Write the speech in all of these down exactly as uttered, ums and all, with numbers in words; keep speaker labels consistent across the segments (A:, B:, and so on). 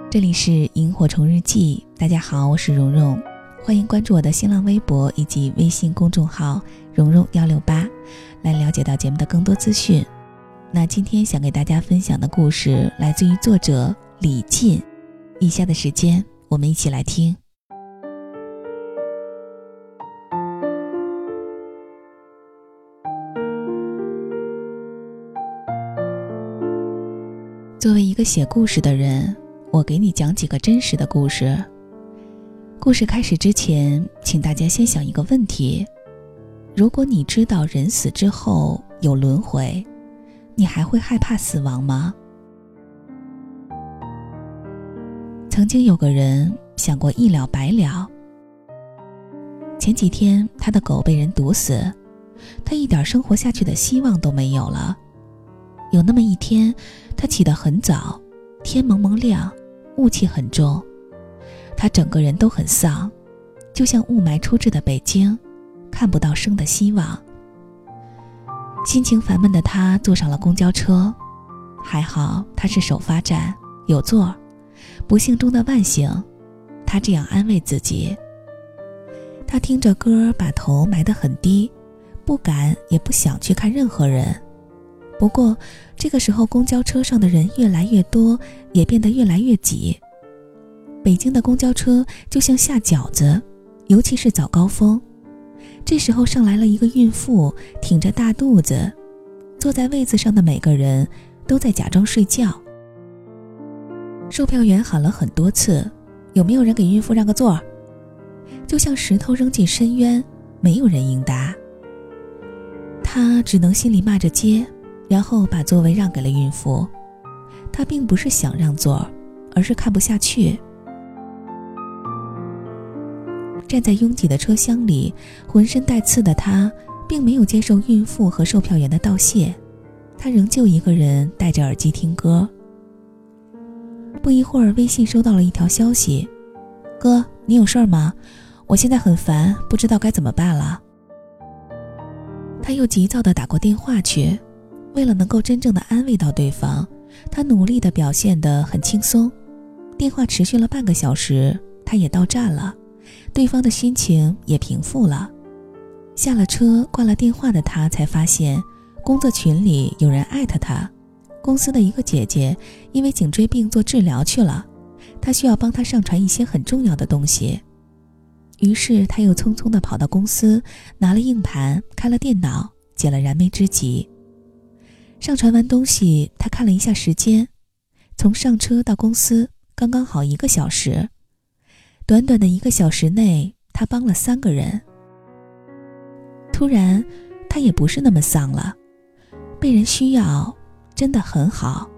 A: 这里是萤火虫日记，大家好，我是蓉蓉，欢迎关注我的新浪微博以及微信公众号蓉蓉一六八，来了解到节目的更多资讯。那今天想给大家分享的故事来自于作者李进，以下的时间我们一起来听。作为一个写故事的人，我给你讲几个真实的故事。故事开始之前，请大家先想一个问题：如果你知道人死之后有轮回，你还会害怕死亡吗？曾经有个人想过一了百了。前几天他的狗被人毒死，他一点生活下去的希望都没有了。有那么一天，他起得很早，天蒙蒙亮，雾气很重，他整个人都很丧，就像雾霾初至的北京，看不到生的希望。心情烦闷的他坐上了公交车，还好他是首发站，有座，不幸中的万幸，他这样安慰自己。他听着歌，把头埋得很低，不敢也不想去看任何人。不过这个时候公交车上的人越来越多，也变得越来越挤。北京的公交车就像下饺子，尤其是早高峰。这时候上来了一个孕妇，挺着大肚子，坐在位子上的每个人都在假装睡觉。售票员喊了很多次，有没有人给孕妇让个座？就像石头扔进深渊，没有人应答。他只能心里骂着街，然后把座位让给了孕妇。他并不是想让座，而是看不下去。站在拥挤的车厢里，浑身带刺的他并没有接受孕妇和售票员的道谢，他仍旧一个人戴着耳机听歌。不一会儿，微信收到了一条消息：哥，你有事儿吗？我现在很烦，不知道该怎么办了。他又急躁地打过电话去，为了能够真正的安慰到对方，他努力地表现得很轻松。电话持续了半个小时，他也到站了，对方的心情也平复了。下了车挂了电话的他才发现，工作群里有人艾特他，公司的一个姐姐因为颈椎病做治疗去了，他需要帮她上传一些很重要的东西。于是他又匆匆地跑到公司，拿了硬盘，开了电脑，解了燃眉之急。上传完东西，他看了一下时间，从上车到公司刚刚好一个小时。短短的一个小时内，他帮了三个人。突然，他也不是那么丧了，被人需要真的很好。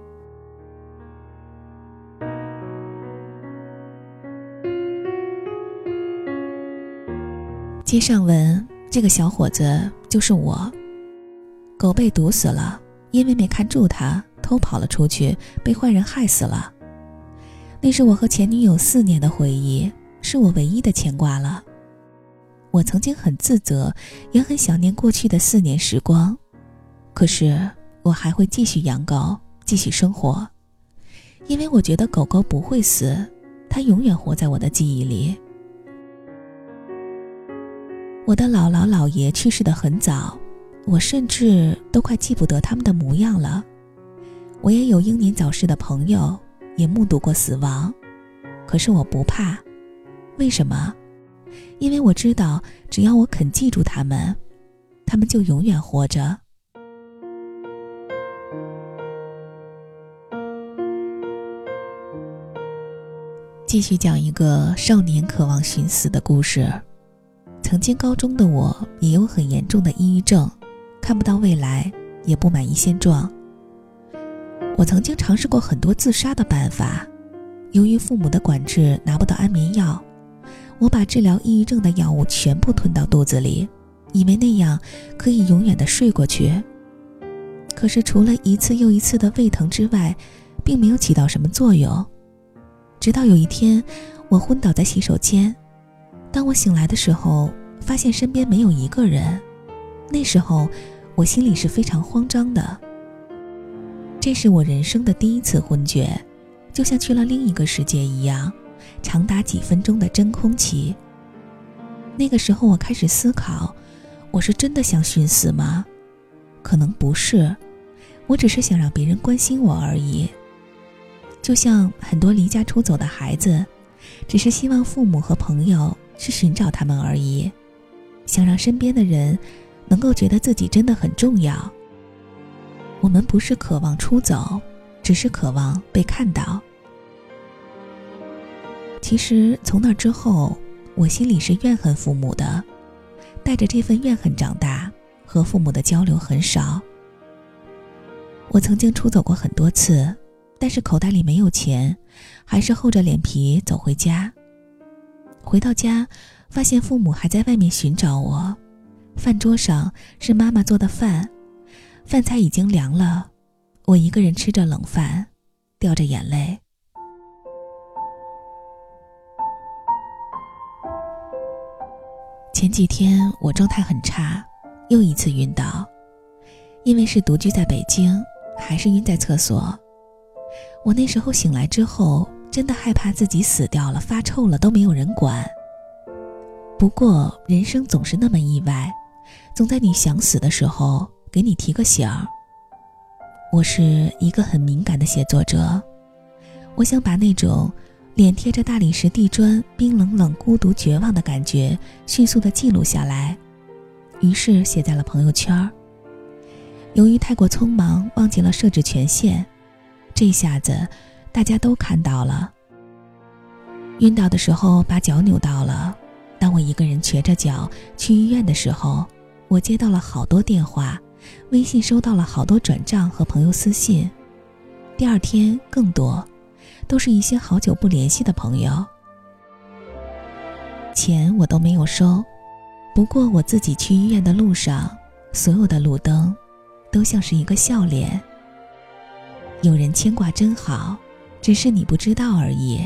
A: 接上文，这个小伙子就是我。狗被毒死了，因为没看住他，偷跑了出去，被坏人害死了。那是我和前女友四年的回忆，是我唯一的牵挂了。我曾经很自责，也很想念过去的四年时光，可是我还会继续养狗，继续生活，因为我觉得狗狗不会死，它永远活在我的记忆里。我的姥姥姥爷去世得很早，我甚至都快记不得他们的模样了。我也有英年早逝的朋友，也目睹过死亡，可是我不怕。为什么？因为我知道，只要我肯记住他们，他们就永远活着。继续讲一个少年渴望寻死的故事。曾经高中的我也有很严重的抑郁症，看不到未来，也不满意现状。我曾经尝试过很多自杀的办法，由于父母的管制拿不到安眠药，我把治疗抑郁症的药物全部吞到肚子里，以为那样可以永远的睡过去。可是除了一次又一次的胃疼之外，并没有起到什么作用。直到有一天，我昏倒在洗手间，当我醒来的时候，发现身边没有一个人。那时候我心里是非常慌张的。这是我人生的第一次昏厥， 就像去了另一个世界一样，长达几分钟的真空期。那个时候我开始思考，我是真的想寻死吗？可能不是，我只是想让别人关心我而已。就像很多离家出走的孩子，只是希望父母和朋友去寻找他们而已，想让身边的人能够觉得自己真的很重要。我们不是渴望出走，只是渴望被看到。其实从那之后，我心里是怨恨父母的，带着这份怨恨长大，和父母的交流很少。我曾经出走过很多次，但是口袋里没有钱，还是厚着脸皮走回家。回到家，发现父母还在外面寻找我，饭桌上是妈妈做的饭，饭菜已经凉了，我一个人吃着冷饭，掉着眼泪。前几天我状态很差，又一次晕倒，因为是独居在北京，还是晕在厕所。我那时候醒来之后，真的害怕自己死掉了，发臭了都没有人管。不过人生总是那么意外，总在你想死的时候给你提个醒儿。我是一个很敏感的写作者，我想把那种脸贴着大理石地砖，冰冷冷、孤独、绝望的感觉迅速地记录下来，于是写在了朋友圈。由于太过匆忙，忘记了设置权限，这下子大家都看到了。晕倒的时候把脚扭到了，当我一个人瘸着脚去医院的时候，我接到了好多电话，微信收到了好多转账和朋友私信，第二天更多，都是一些好久不联系的朋友。钱我都没有收，不过我自己去医院的路上，所有的路灯都像是一个笑脸。有人牵挂真好，只是你不知道而已。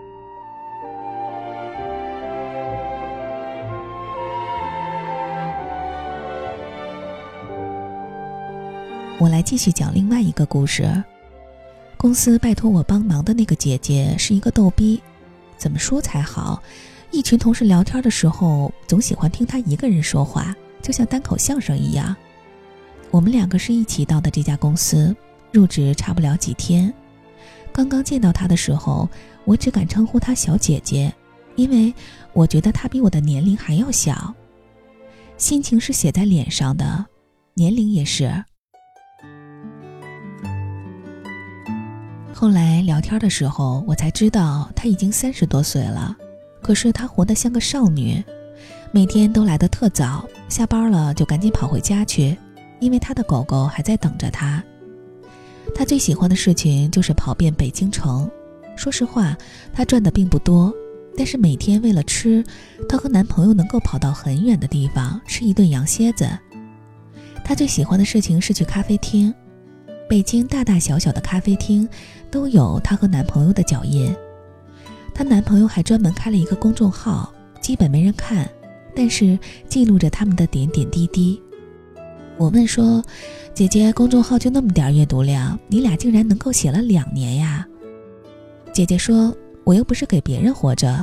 A: 我来继续讲另外一个故事。公司拜托我帮忙的那个姐姐是一个逗逼，怎么说才好，一群同事聊天的时候总喜欢听她一个人说话，就像单口相声一样。我们两个是一起到的这家公司，入职差不了几天。刚刚见到她的时候，我只敢称呼她小姐姐，因为我觉得她比我的年龄还要小。心情是写在脸上的，年龄也是。后来聊天的时候，我才知道她已经三十多岁了，可是她活得像个少女，每天都来得特早，下班了就赶紧跑回家去，因为她的狗狗还在等着她。她最喜欢的事情就是跑遍北京城。说实话，她赚的并不多，但是每天为了吃，她和男朋友能够跑到很远的地方吃一顿羊蝎子。她最喜欢的事情是去咖啡厅，北京大大小小的咖啡厅都有她和男朋友的脚印。她男朋友还专门开了一个公众号，基本没人看，但是记录着他们的点点滴滴。我问说，姐姐，公众号就那么点阅读量，你俩竟然能够写了两年呀？姐姐说，我又不是给别人活着。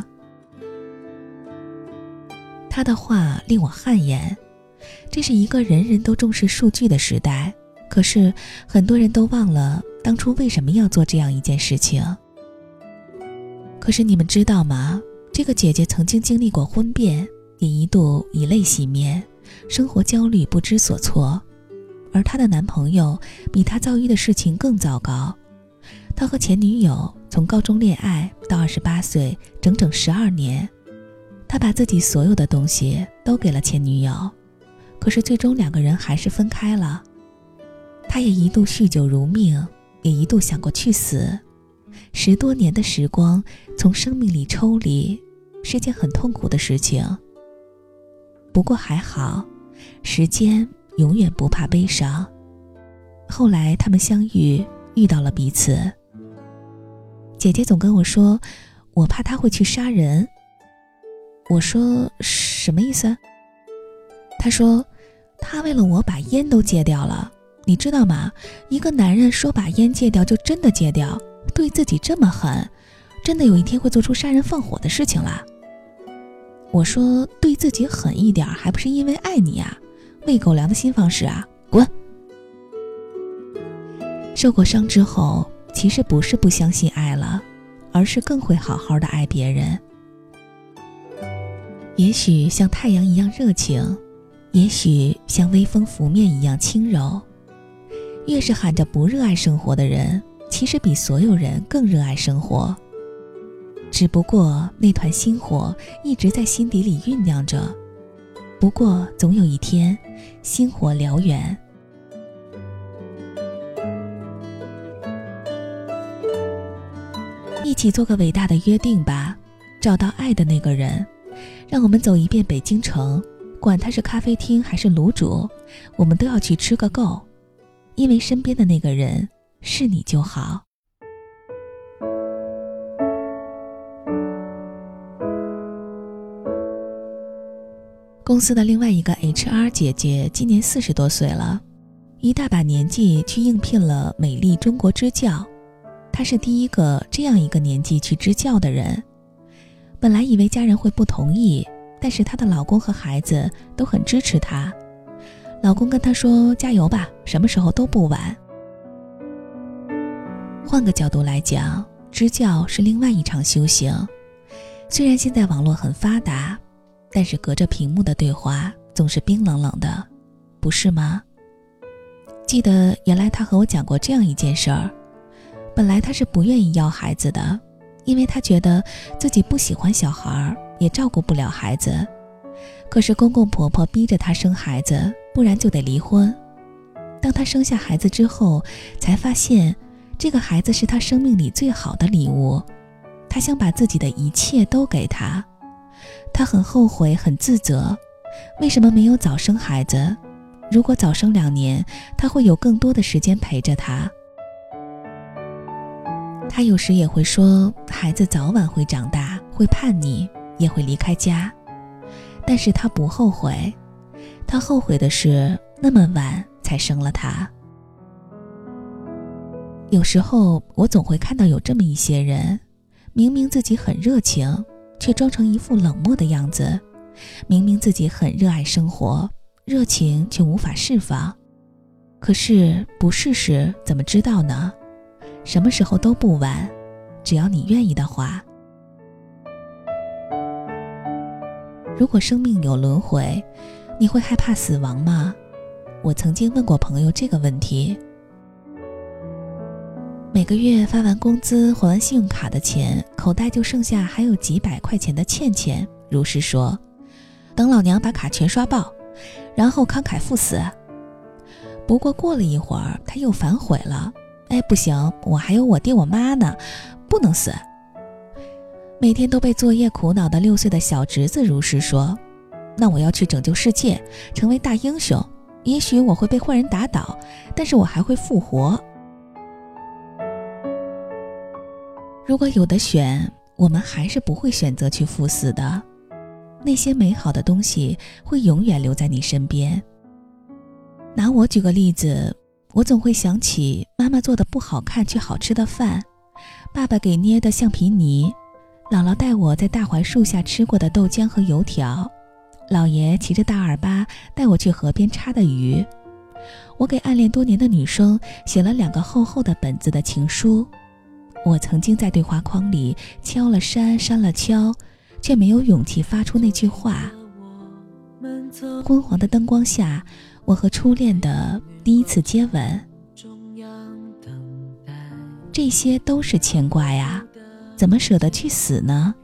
A: 她的话令我汗颜，这是一个人人都重视数据的时代，可是很多人都忘了当初为什么要做这样一件事情。可是你们知道吗？这个姐姐曾经经历过婚变，也一度以泪洗面，生活焦虑不知所措。而她的男朋友比她遭遇的事情更糟糕，他和前女友从高中恋爱到二十八岁，整整十二年。他把自己所有的东西都给了前女友，可是最终两个人还是分开了。他也一度酗酒如命，也一度想过去死。十多年的时光从生命里抽离，是件很痛苦的事情。不过还好，时间永远不怕悲伤。后来他们相遇，遇到了彼此。姐姐总跟我说，我怕他会去杀人。我说，什么意思？他说，他为了我把烟都戒掉了。你知道吗？一个男人说把烟戒掉就真的戒掉， 对自己这么狠，真的有一天会做出杀人放火的事情啦。我说对自己狠一点，还不是因为爱你啊，喂狗粮的新方式啊，滚！受过伤之后，其实不是不相信爱了，而是更会好好的爱别人。也许像太阳一样热情，也许像微风拂面一样轻柔。越是喊着不热爱生活的人，其实比所有人更热爱生活。只不过那团心火一直在心底里酝酿着，不过总有一天星火燎原。一起做个伟大的约定吧，找到爱的那个人，让我们走一遍北京城，管它是咖啡厅还是卤煮，我们都要去吃个够，因为身边的那个人是你就好。公司的另外一个 H R 姐姐今年四十多岁了，一大把年纪去应聘了美丽中国支教。她是第一个这样一个年纪去支教的人。本来以为家人会不同意，但是她的老公和孩子都很支持她。老公跟她说，加油吧，什么时候都不晚。换个角度来讲，支教是另外一场修行。虽然现在网络很发达，但是隔着屏幕的对话总是冰冷冷的，不是吗？记得原来他和我讲过这样一件事儿。本来他是不愿意要孩子的，因为他觉得自己不喜欢小孩，也照顾不了孩子。可是公公婆婆逼着他生孩子，不然就得离婚。当他生下孩子之后，才发现这个孩子是他生命里最好的礼物，他想把自己的一切都给他。他很后悔，很自责，为什么没有早生孩子？如果早生两年，他会有更多的时间陪着他。他有时也会说，孩子早晚会长大，会叛逆，也会离开家。但是他不后悔，他后悔的是那么晚才生了他。有时候我总会看到有这么一些人，明明自己很热情，却装成一副冷漠的样子，明明自己很热爱生活，热情却无法释放。可是不试试怎么知道呢？什么时候都不晚，只要你愿意的话。如果生命有轮回，你会害怕死亡吗？我曾经问过朋友这个问题。每个月发完工资，还完信用卡的钱，口袋就剩下还有几百块钱的欠钱。如是说，等老娘把卡全刷爆，然后慷慨赴死。不过过了一会儿，他又反悔了。哎，不行，我还有我爹我妈呢，不能死。每天都被作业苦恼的六岁的小侄子如是说，那我要去拯救世界，成为大英雄。也许我会被坏人打倒，但是我还会复活。如果有的选，我们还是不会选择去赴死的。那些美好的东西会永远留在你身边。拿我举个例子，我总会想起妈妈做的不好看却好吃的饭，爸爸给捏的橡皮泥，姥姥带我在大槐树下吃过的豆浆和油条，姥爷骑着大二八带我去河边插的鱼，我给暗恋多年的女生写了两个厚厚的本子的情书，我曾经在对话框里敲了删删了敲，却没有勇气发出那句话。昏黄的灯光下，我和初恋的第一次接吻，这些都是牵挂呀，怎么舍得去死呢？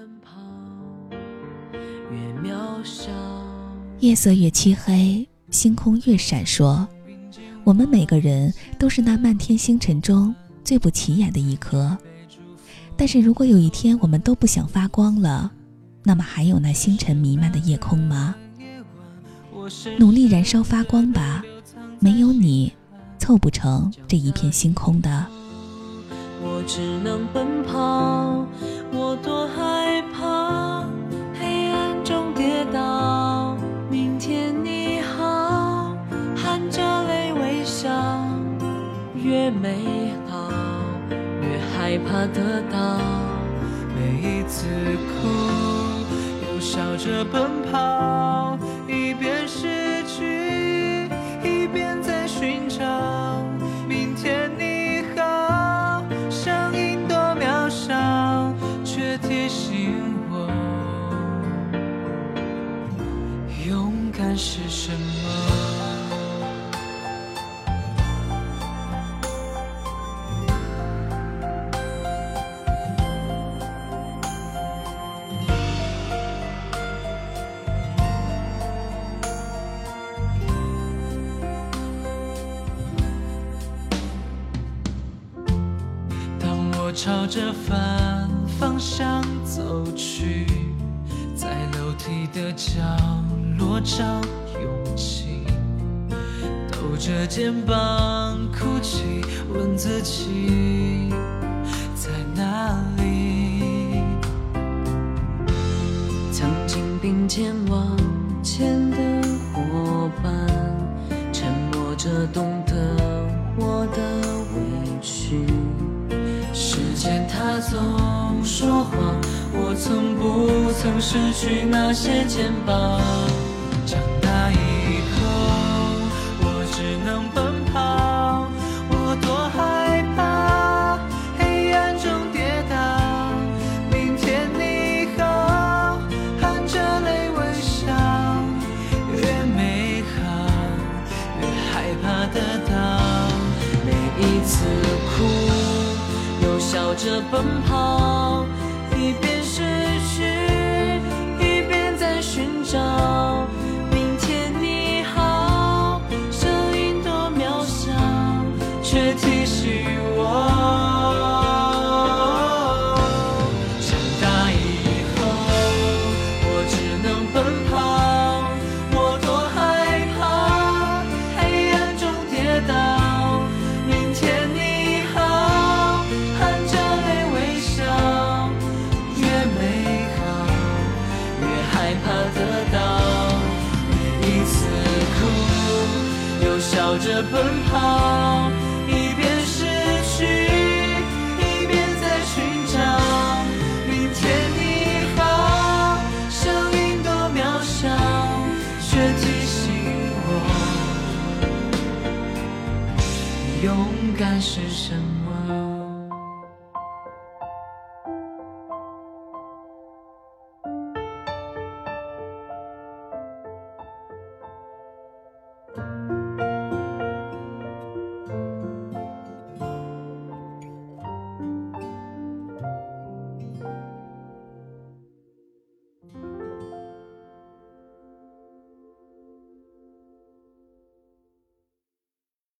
A: 夜色越漆黑，星空越闪烁，我们每个人都是那漫天星辰中最不起眼的一颗。但是如果有一天我们都不想发光了，那么还有那星辰弥漫的夜空吗？努力燃烧发光吧，没有你凑不成这一片星空的。
B: 我只能奔跑，我多害怕黑暗中跌倒。明天你好，含着泪微笑，越美好越害害怕得到。
C: 每一次哭，又笑着奔跑，一边失去，一边在寻找。明天你好，声音多渺小，却提醒我，勇敢是什么。朝着反方向走去，在楼梯的角落找勇气，抖着肩膀哭泣，问自己在哪里。
B: 曾经并肩往前的伙伴，沉默着懂得我的委屈。时间它总说谎，我曾不曾失去那些肩膀。
C: 长大以后，我只能奔跑，我多害怕黑暗中跌倒。明天你好，含着泪微笑，越美好越害怕得到。
B: 每一次哭，又笑着奔跑，一边失去，一边在寻找。明天你好，声音多渺小，却提醒我，
C: 长大以后，我只能奔跑，我多害怕黑暗中跌倒。明天你好，含着泪微笑，越美好越害怕得到。每一次哭，又笑着奔跑。